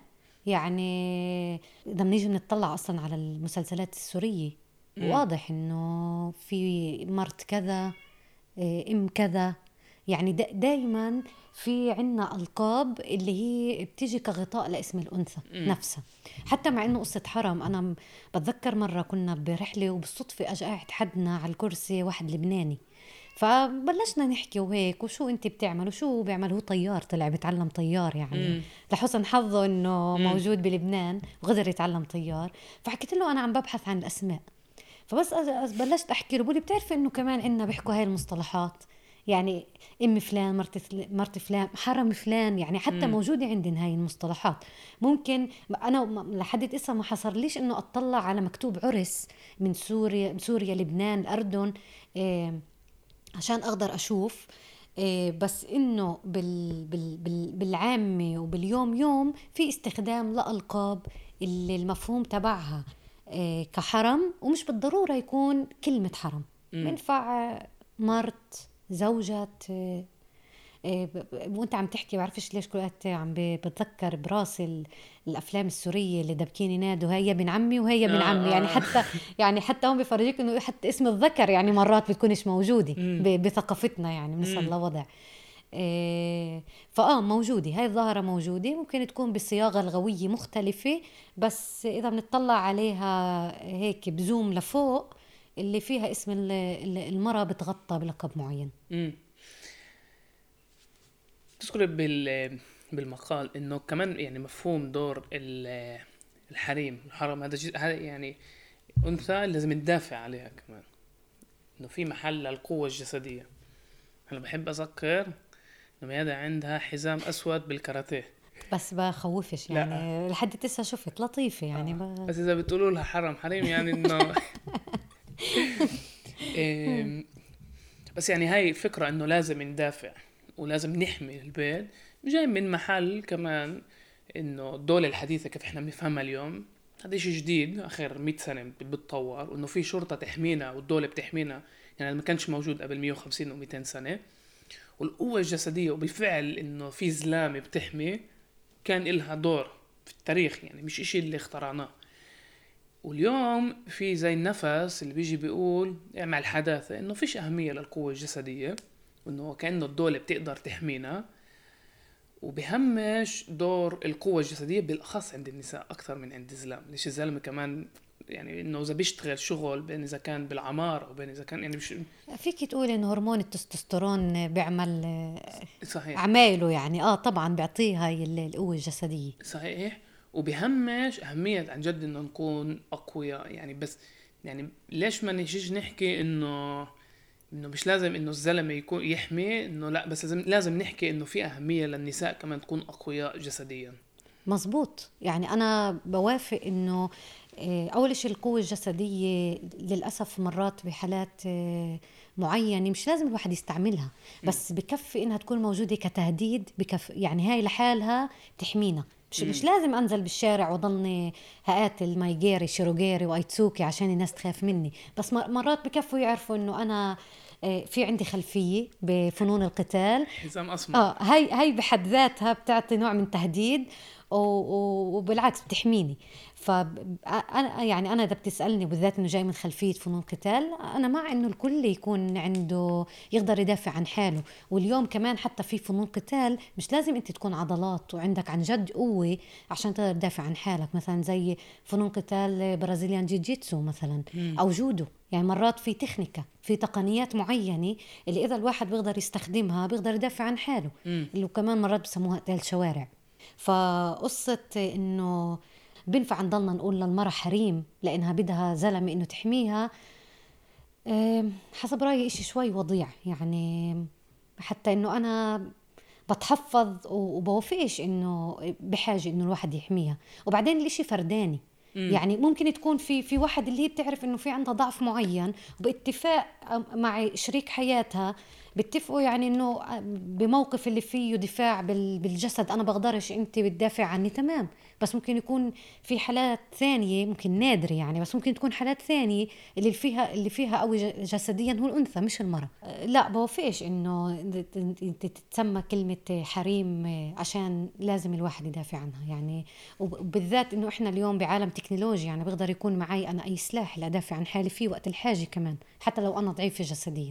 يعني إذا بنيجي نطلع أصلا على المسلسلات السورية م. واضح إنه في مرت كذا ام كذا يعني دا دايما في عنا ألقاب اللي هي بتيجي كغطاء لاسم الأنثى نفسها. حتى مع إنه قصة حرم، أنا بتذكر مرة كنا برحلة وبالصدفة أجا قاعد حدنا على الكرسي واحد لبناني، فبلشنا نحكي وهيك وشو انت بتعمل وشو بيعمل. هو طيار، طلع بيتعلم طيار يعني مم. لحسن حظه انه مم. موجود بلبنان وقدر يتعلم طيار. فحكيت له انا عم ببحث عن الاسماء، فبس بلشت احكي له، بقولي بتعرفي انه كمان عندنا بيحكوا هاي المصطلحات، يعني ام فلان، مرت مرت فلان، حرم فلان، يعني حتى مم. موجوده عندنا هاي المصطلحات. ممكن انا لحد هسه ما حصليش انه اطلع على مكتوب عرس من سوريا، من سوريا لبنان الاردن إيه عشان أقدر أشوف إيه، بس إنه بال بال بال بالعامة وباليوم يوم في استخدام لألقاب اللي المفهوم تبعها إيه كحرم، ومش بالضرورة يكون كلمة حرم. منفع مرت، زوجة. إيه إيه وانت عم تحكي بعرفش ليش كنت عم بتذكر براسي الافلام السوريه اللي دبكيني نادوا هي ابن عمي وهي ابن عمي. يعني حتى يعني حتى هم بيفرجيك انه حتى اسم الذكر يعني مرات بتكونش موجوده بثقافتنا، يعني بنصل لوضع إيه. فاه موجوده هاي الظاهره، موجوده ممكن تكون بصياغه لغويه مختلفه، بس اذا بنطلع عليها هيك بزوم لفوق اللي فيها اسم المرأة بتغطى بلقب معين. امم تذكر بال بالمقال انه كمان يعني مفهوم دور الحريم الحرم هذا يعني انثى لازم ندافع عليها كمان، انه في محل للقوه الجسديه. انا بحب اذكر انه ميادة عندها حزام اسود بالكاراتيه، بس بخوفش يعني لحد تسا شفت لطيفه يعني آه. ب... بس اذا بتقولوا لها حرم حريم يعني انه إيه... بس يعني هاي فكره انه لازم ندافع ولازم نحمي البيت، جاي من محل كمان انه الدولة الحديثة كيف احنا بنفهمها اليوم هذا شيء جديد اخر مئة سنة بتطور، وانه في شرطة تحمينا والدولة بتحمينا، يعني ما كانش موجود قبل مئة وخمسين و مئتين سنة. والقوة الجسدية وبالفعل انه في زلامة بتحمي كان إلها دور في التاريخ، يعني مش اشي اللي اخترعناه. واليوم في زي النفس اللي بيجي بيقول يعني مع الحداثة انه فيش اهمية للقوة الجسدية، وانه كأنه الدولة بتقدر تحمينا، وبهمش دور القوة الجسدية بالأخص عند النساء أكثر من عند الزلام. ليش الزلمة كمان يعني إنه إذا بيشتغل شغل بين إذا كان بالعمار أو بين إذا كان يعني مش فيك تقول إنه هرمون التستوستيرون بيعمل صحيح عمايله، يعني آه طبعا بيعطيها القوة الجسدية صحيح. وبهمش أهمية عن جد إنه نكون أقوياء، يعني بس يعني ليش ما نجيش نحكي إنه إنه مش لازم إنه الزلمة يكون يحمي، إنه لا بس لازم لازم نحكي إنه في أهمية للنساء كمان تكون أقوياء جسديا. مزبوط، يعني أنا بوافق إنه أول شيء القوة الجسدية للأسف مرات بحالات معينة مش لازم الواحد يستعملها، بس بكفي إنها تكون موجودة كتهديد، بكفي يعني هاي لحالها تحمينا. مش, مش لازم أنزل بالشارع وضلني هقاتل مايجيري شيروغيري وايتسوكي عشان الناس تخاف مني، بس مرات بكفوا يعرفوا إنه أنا في عندي خلفية بفنون القتال، حزام أسمر. آه هاي هاي بحد ذاتها بتعطي نوع من تهديد، وبالعكس بتحميني. فأنا يعني أنا إذا بتسألني بالذات إنه جاي من خلفية فنون قتال، أنا مع إنه الكل يكون عنده يقدر يدافع عن حاله. واليوم كمان حتى في فنون قتال مش لازم أنت تكون عضلات وعندك عن جد قوة عشان تقدر تدافع عن حالك، مثلا زي فنون قتال برازيليان جيجيتسو مثلا أو جودو. يعني مرات في تكنيكا، في تقنيات معينة اللي إذا الواحد بيقدر يستخدمها بيقدر يدافع عن حاله، اللي كمان مرات بسموها قتال شوارع. فقصة إنه بنفع نضلنا نقول للمرأة حريم لأنها بدها زلمة إنه تحميها، حسب رأيي إشي شوي وضيع، يعني حتى إنه أنا بتحفظ وبوافقش إنه بحاجة إنه الواحد يحميها. وبعدين الإشي فرداني، يعني ممكن تكون في في واحد اللي هي بتعرف إنه في عندها ضعف معين وباتفاق مع شريك حياتها بتفقوا يعني إنه بموقف اللي فيه دفاع بالجسد أنا بقدرش أنت بتدافع عني، تمام. بس ممكن يكون في حالات ثانية ممكن نادرة يعني، بس ممكن تكون حالات ثانية اللي فيها اللي فيها قوي جسديا هو الأنثى مش المرأة. لا بوافقش إنه أنت تتسمى كلمة حريم عشان لازم الواحد يدافع عنها، يعني وبالذات إنه إحنا اليوم بعالم تكنولوجيا، يعني بقدر يكون معي أنا أي سلاح لأدافع عن حالي فيه وقت الحاجة كمان، حتى لو أنا ضعيفة جسديا.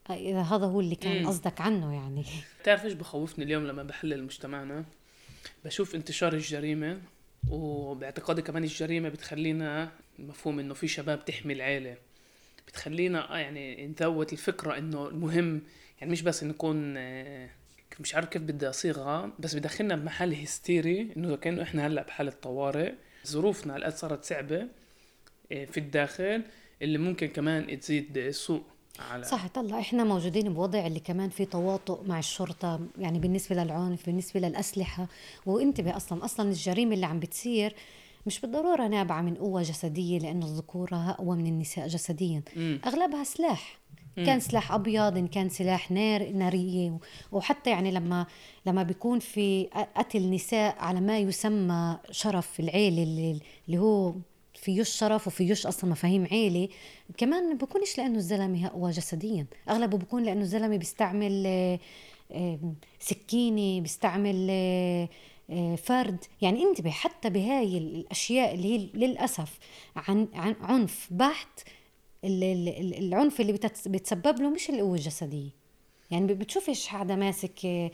إذا هذا هو اللي كان مم. قصدك عنه يعني. تعرف إيش بخوفني اليوم لما بحلل مجتمعنا؟ بشوف انتشار الجريمة، وباعتقادي كمان الجريمة بتخلينا مفهوم إنه في شباب تحمي العيلة، بتخلينا آه يعني نذوت الفكرة إنه المهم يعني مش بس نكون آه، مش عارف كيف بدي أصيغها، بس بدخلنا بمحل هستيري إنه كأنه إحنا هلأ بحالة طوارئ، ظروفنا الآن صارت صعبة آه، في الداخل، اللي ممكن كمان تزيد سوء على. صح. طلع احنا موجودين بوضع اللي كمان في تواطؤ مع الشرطة، يعني بالنسبة للعنف، بالنسبة للأسلحة. وانتبه أصلا أصلا الجريمة اللي عم بتصير مش بالضرورة نابعة من قوة جسدية، لأنه الذكور أقوى من النساء جسديا. مم. أغلبها سلاح، مم. كان سلاح أبيض، إن كان سلاح نار نارية. وحتى يعني لما لما بيكون في قتل نساء على ما يسمى شرف العيلة، اللي, اللي هو فيوش شرف وفيوش أصلا مفاهيم عيلة، كمان بكونش لأنه الزلمة أقوى جسديا، أغلبه بيكون لأنه الزلمة بيستعمل آه، آه، سكينة، بيستعمل آه، آه، فرد. يعني انتبه حتى بهاي الأشياء اللي هي للأسف عن, عن عنف بحت. ال- ال- ال- العنف اللي بتت- بتسبب له مش القوة الجسدية. يعني بتشوفش حدا ماسك آه،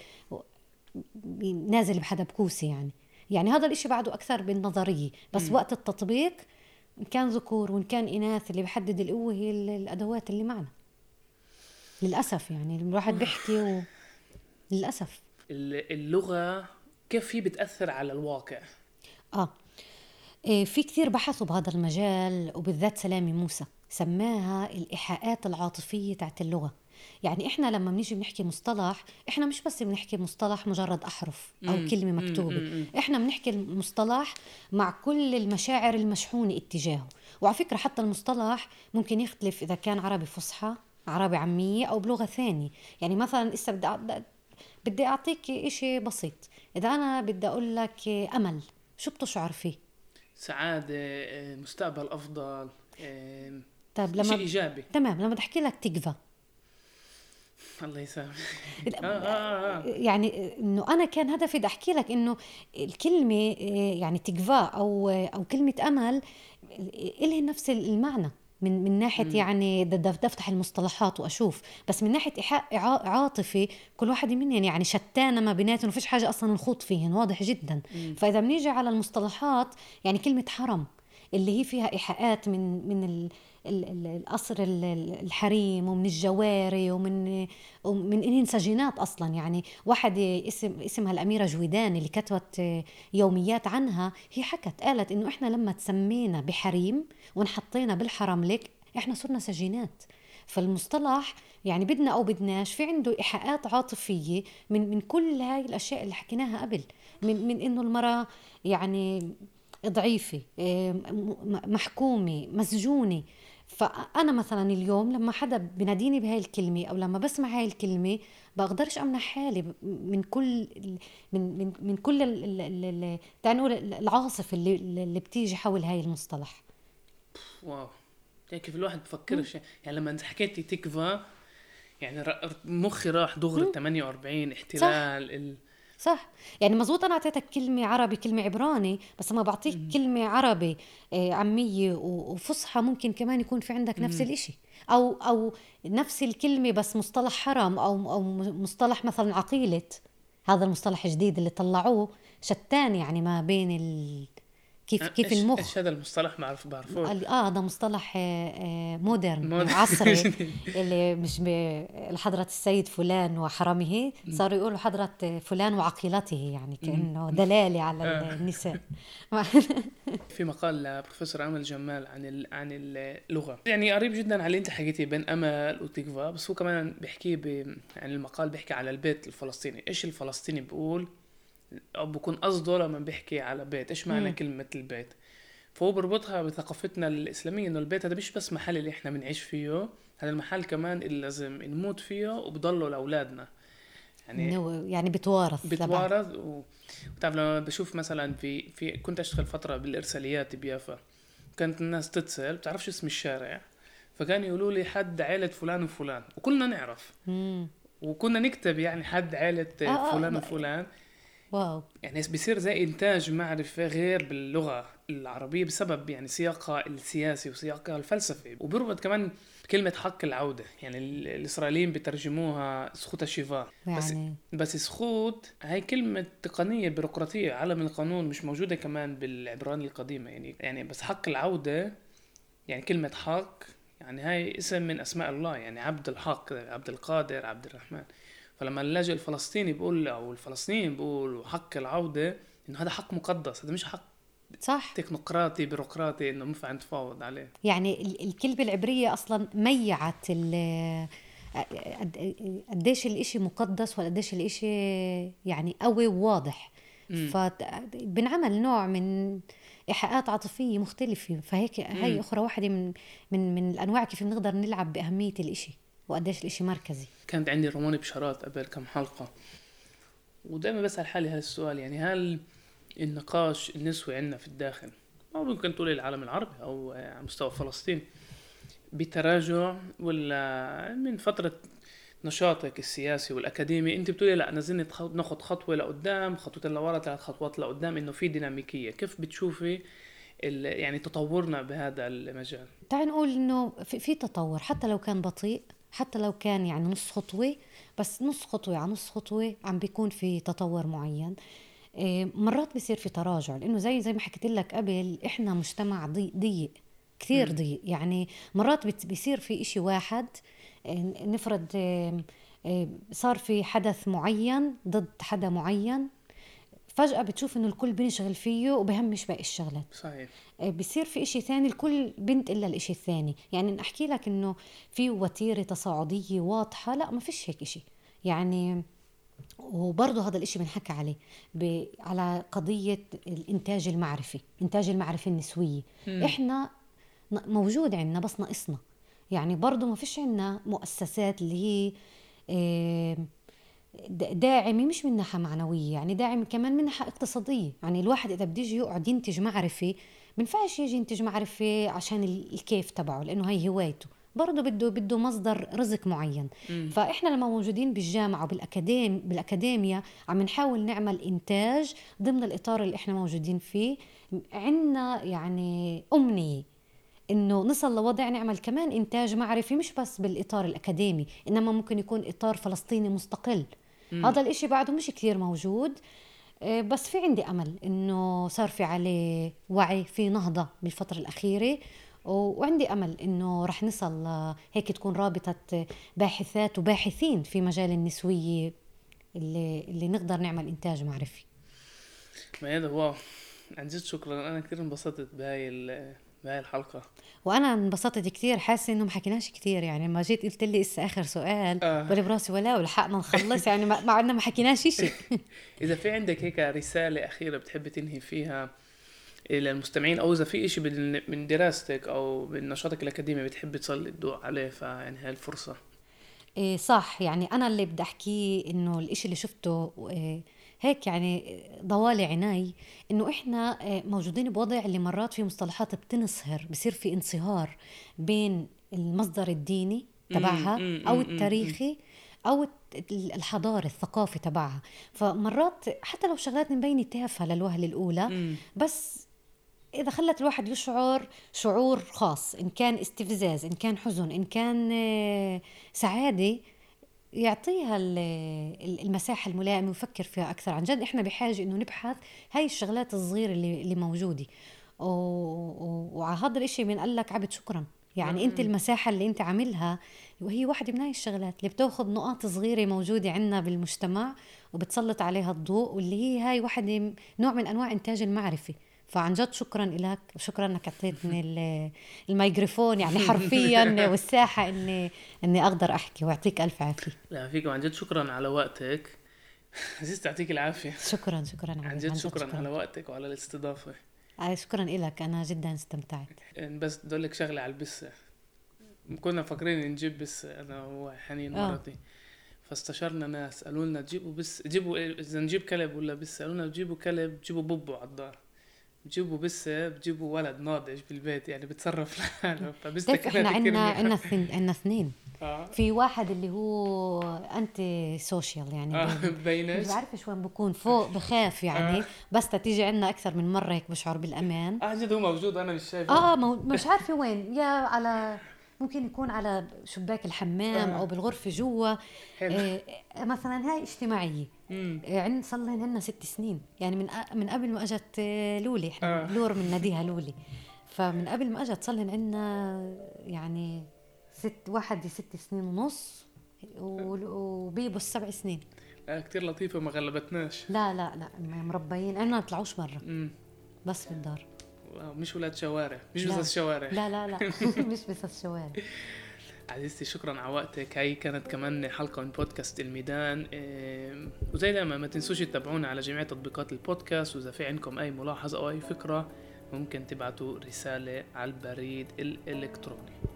نازل بحدا بكوسي يعني. يعني هذا الاشي بعده أكثر بالنظرية، بس مم. وقت التطبيق إن كان ذكور وإن كان إناث، اللي بحدد القوة هي ال- الأدوات اللي معنا للأسف. يعني الواحد بيحكي و... للأسف. ال- اللغة كيف هي بتأثر على الواقع؟ آه إيه، في كثير بحثوا بهذا المجال، وبالذات سلامي موسى سماها الإيحاءات العاطفية تاعت اللغة. يعني إحنا لما بنيجي بنحكي مصطلح، إحنا مش بس بنحكي مصطلح مجرد أحرف أو مم. كلمة مم. مكتوبة، مم. إحنا بنحكي المصطلح مع كل المشاعر المشحونة اتجاهه. وعلى فكرة حتى المصطلح ممكن يختلف إذا كان عربي فصحى، عربي عامية، أو بلغة ثانية. يعني مثلا إسا بدي أ- بدي أعطيك إشي بسيط. إذا أنا بدي أقول لك أمل، شو بتشعر فيه؟ سعادة، آه، مستقبل أفضل، آه، طيب شيء لما إيجابي. تمام لما بدي احكي لك تكفى، الله يسامح. آه آه آه. يعني انه انا كان هدفي بدي احكي لك انه الكلمه يعني تكفى او او كلمه امل إلها نفس المعنى من من ناحيه. مم. يعني بدي افتح المصطلحات واشوف، بس من ناحيه ايحاء عا- عاطفي كل واحد منهم يعني شتانه ما بيناتهم، وفيش حاجه اصلا نخوض فيهن، واضح جدا. مم. فاذا بنيجي على المصطلحات، يعني كلمه حرم اللي هي فيها ايحاءات من من ال ال- ال- القصر ال- ال- الحريم، ومن الجواري، ومن ومن إنهن سجينات أصلا. يعني واحدة اسم اسمها الأميرة جويدان اللي كتبت يوميات عنها، هي حكت قالت إنه إحنا لما تسمينا بحريم ونحطينا بالحرملك إحنا صرنا سجينات. فالمصطلح يعني بدنا أو بدناش في عنده إيحاءات عاطفية من من كل هاي الأشياء اللي حكيناها قبل، من من إنه المرأة يعني ضعيفة، إيه، م- محكومة، مسجونة. فأنا مثلا اليوم لما حدا بناديني بهاي الكلمة أو لما بسمع هاي الكلمة بقدرش أمنع حالي من كل ال- من من من كل ال- ال- ال- ال- تعال نقول العاصفة اللي اللي بتيجي حول هاي المصطلح. واو، يعني كيف الواحد بفكرش يعني لما انت حكيتي تكفى، يعني ر- مخي راح دغري ال ثمانية وأربعين احتلال ال... صح. يعني مزبوط أنا أعطيتك كلمة عربي كلمة عبراني، بس ما بعطيك مم. كلمة عربي آه، عامية و- وفصحى، ممكن كمان يكون في عندك نفس مم. الإشي، أو أو نفس الكلمة بس مصطلح حرام، أو أو مصطلح مثلا عقيلة. هذا المصطلح الجديد اللي طلعوه شتان يعني ما بين ال... كيف كيف ايش المخ. ايش هذا المصطلح؟ ما اعرف بعرفه. قال لي اه ده مصطلح آه، آه، مودرن مود- عصري، اللي مش بحضرة السيد فلان وحرمه، صاروا يقولوا حضرة فلان وعقيلته، يعني كأنه دلالة على آه. النساء. في مقال لبروفيسور امل جمال عن ال... عن اللغه، يعني قريب جدا على اللي انت حكيتي بين امل وتكفى، بس هو كمان بيحكي ب... يعني المقال بيحكي على البيت الفلسطيني، ايش الفلسطيني بيقول او بكون قصده لما بيحكي على بيت، ايش معنى مم. كلمه البيت. فهو بربطها بثقافتنا الاسلاميه، انه البيت هذا مش بس محل اللي احنا بنعيش فيه، هذا المحل كمان اللي لازم نموت فيه وبضله لاولادنا. يعني إنه يعني بتوارث لبعض. بتوارث. و... وتعرف لما بشوف مثلا في في كنت اشتغل فتره بالارساليات بيافا، كانت الناس تتصل بتعرفش اسم الشارع، فكان يقولوا لي حد عائله فلان وفلان، وكلنا نعرف مم. وكنا نكتب يعني حد عائله آه، آه، فلان ب- وفلان. واو. يعني بيصير زي انتاج معرفه غير باللغه العربية بسبب يعني سياقها السياسي وسياقها الفلسفي، وبربط كمان كلمة حق العودة. يعني الإسرائيليين بترجموها سخوت الشيفا، بس يعني بس سخوت هاي كلمة تقنية بيروقراطية عالم القانون، مش موجودة كمان بالعبرانية القديمة. يعني يعني بس حق العودة يعني كلمة حق، يعني هاي اسم من أسماء الله، يعني عبد الحق، عبد القادر، عبد الرحمن. فلما اللاجئ الفلسطيني بيقول أو الفلسطيني بيقول حق العودة، إنه هذا حق مقدس، هذا مش حق صح، تكنوقراطي بيروقراطي إنه ينفع نتفاوض عليه. يعني ال- الكلمة العبرية أصلا ميعت ال- قد- قديش الإشي مقدس وقديش الإشي يعني قوي وواضح. مم. فبنعمل نوع من إيحاءات عاطفية مختلفة. فهيك هاي مم. أخرى واحدة من من من الأنواع كيف بنقدر نلعب بأهمية الإشي وقديش الإشي مركزي. كانت عندي روماني بشارات قبل كم حلقة، ودائما بسأل حالي هذا السؤال، يعني هل النقاش النسوي عندنا في الداخل، أو ممكن تقولي العالم العربي أو على مستوى فلسطين، بتراجع ولا من فترة نشاطك السياسي والأكاديمي أنت بتقولي لا نزلنا ناخد خطوة لقدام، خطوتين لورا، ثلاث خطوات لقدام، إنه في ديناميكية. كيف بتشوفي يعني تطورنا بهذا المجال؟ تعال نقول إنه في, في تطور، حتى لو كان بطيء، حتى لو كان يعني نص خطوة، بس نص خطوة على نص خطوة عم بيكون في تطور معين. مرات بيصير في تراجع، لأنه زي زي ما حكيت لك قبل، إحنا مجتمع ضيق, ضيق كثير ضيق. يعني مرات بيصير في إشي واحد، نفرض صار في حدث معين ضد حدا معين، فجأة بتشوف إنه الكل بينشغل فيه وبهمش باقي الشغلات. صحيح. بيصير في إشي ثاني الكل بنت إلا الإشي الثاني. يعني أحكي لك إنه في وتيرة تصاعدية واضحة، لا ما فيش هيك إشي. يعني وبرضه هذا الاشي بنحكى عليه على قضية الانتاج المعرفي، انتاج المعرفة النسوية. م. احنا موجود عندنا بس ناقصنا. يعني برضه ما فيش عندنا مؤسسات اللي هي داعمة، مش من ناحية معنوية، يعني داعم كمان من ناحية اقتصادية. يعني الواحد إذا بده يجي يقعد ينتج معرفة، منفعش يجي ينتج معرفة عشان الكيف تبعه، لأنه هاي هوايته، برضه بده بده مصدر رزق معين. م. فإحنا لما موجودين بالجامعة وبالأكاديم بالأكاديمية عم نحاول نعمل إنتاج ضمن الإطار اللي إحنا موجودين فيه. عنا يعني أمنية إنه نصل لوضع نعمل كمان إنتاج معرفي، مش بس بالإطار الأكاديمي، إنما ممكن يكون إطار فلسطيني مستقل. م. هذا الإشي بعده مش كثير موجود، بس في عندي أمل إنه صار في عليه وعي، في نهضة بالفترة الأخيرة، وعندي أمل إنه رح نصل هيك تكون رابطة باحثات وباحثين في مجال النسوية اللي, اللي نقدر نعمل إنتاج معرفي. ما هذا هو. عن جد شكرا، أنا كثير انبسطت بهاي بهاي الحلقة، وأنا انبسطت كثير. حاسة إنه ما حكيناش كثير، يعني ما جيت قلت لي إسا آخر سؤال آه. بلي براسي ولا ولحقنا نخلص يعني ما عندنا ما حكيناش شيء. إذا في عندك هيك رسالة أخيرة بتحب تنهي فيها إلى المستمعين، أو إذا في إشي من دراستك أو من نشاطك الأكاديمي بتحب تسلط الضوء عليه، فيعني هاي الفرصة. إيه صح، يعني أنا اللي بدي أحكيه إنه الإشي اللي شفته إيه هيك يعني ضوالي عناي، إنه إحنا موجودين بوضع اللي مرات في مصطلحات بتنصهر، بصير في انصهار بين المصدر الديني تبعها أو التاريخي أو الحضارة الثقافي تبعها. فمرات حتى لو شغلات مبينة تافهة للوهلة الأولى، بس إذا خلت الواحد يشعر شعور خاص، إن كان استفزاز، إن كان حزن، إن كان سعادة، يعطيها المساحة الملائمة ويفكر فيها أكثر. عن جد إحنا بحاجة إنه نبحث هاي الشغلات الصغيرة اللي, اللي موجودة. وعلى هذا الإشي بنقول لك عبد شكرا، يعني أنت المساحة اللي أنت عاملها وهي واحدة من هاي الشغلات اللي بتاخد نقاط صغيرة موجودة عندنا بالمجتمع وبتسلط عليها الضوء، واللي هي هاي واحدة نوع من أنواع إنتاج المعرفة. فعن جد شكرا لك، وشكرا انك اعطيتني الميكروفون يعني حرفيا والساحه اني اني اقدر احكي، واعطيك الف عافيه. لا فيك، وعن جد شكرا على وقتك. عزيز يعطيك العافيه. شكرا شكرا عن جد شكرا, شكرا على وقتك وعلى الاستضافه. شكرا لك، انا جدا استمتعت. بس بدي لك شغله على البسه، كنا فاكرين نجيب بسه انا وحنين مرتي، فاستشرنا ناس قالوا لنا تجيبوا بس جيبوا اذا نجيب كلب ولا بس، قالوا لنا تجيبوا كلب جيبوا بوبو على الدار، بتجيبوا بس بتجيبوا ولد ناضج بالبيت يعني بتصرف لحاله. فبس احنا عندنا عندنا عندنا اثنين آه. في واحد اللي هو انتي سوشيال يعني آه. بينش مش بعرفش وين بكون فوق بخاف يعني. آه. بس تيجي عنا اكثر من مره هيك بشعر بالامان. اه جد هو موجود انا مش شايفه. اه مو... مش عارفه وين، يا على ممكن يكون على شباك الحمام آه. او بالغرفه جوا. آه مثلا هاي اجتماعيه عند صار لنا ست سنين يعني من أ... من قبل ما اجت لولي. احنا آه. لور من ناديها لولي، فمن قبل ما اجت صار لنا يعني ست واحد ست سنين ونص وبيبو السبع سنين. لا كتير لطيفه ما غلبتناش. لا لا لا مربيين عنا، ما طلعوش برا بس بالدار. مش ولاد شوارع، مش بس الشوارع. لا لا لا مش بس الشوارع. عزيزتي شكرا على وقتك. هاي كانت كمان حلقة من بودكاست الميدان. إيه وزي دائما ما تنسوش تتابعونا على جميع تطبيقات البودكاست، وإذا في عندكم أي ملاحظة أو أي فكرة ممكن تبعتوا رسالة على البريد الإلكتروني.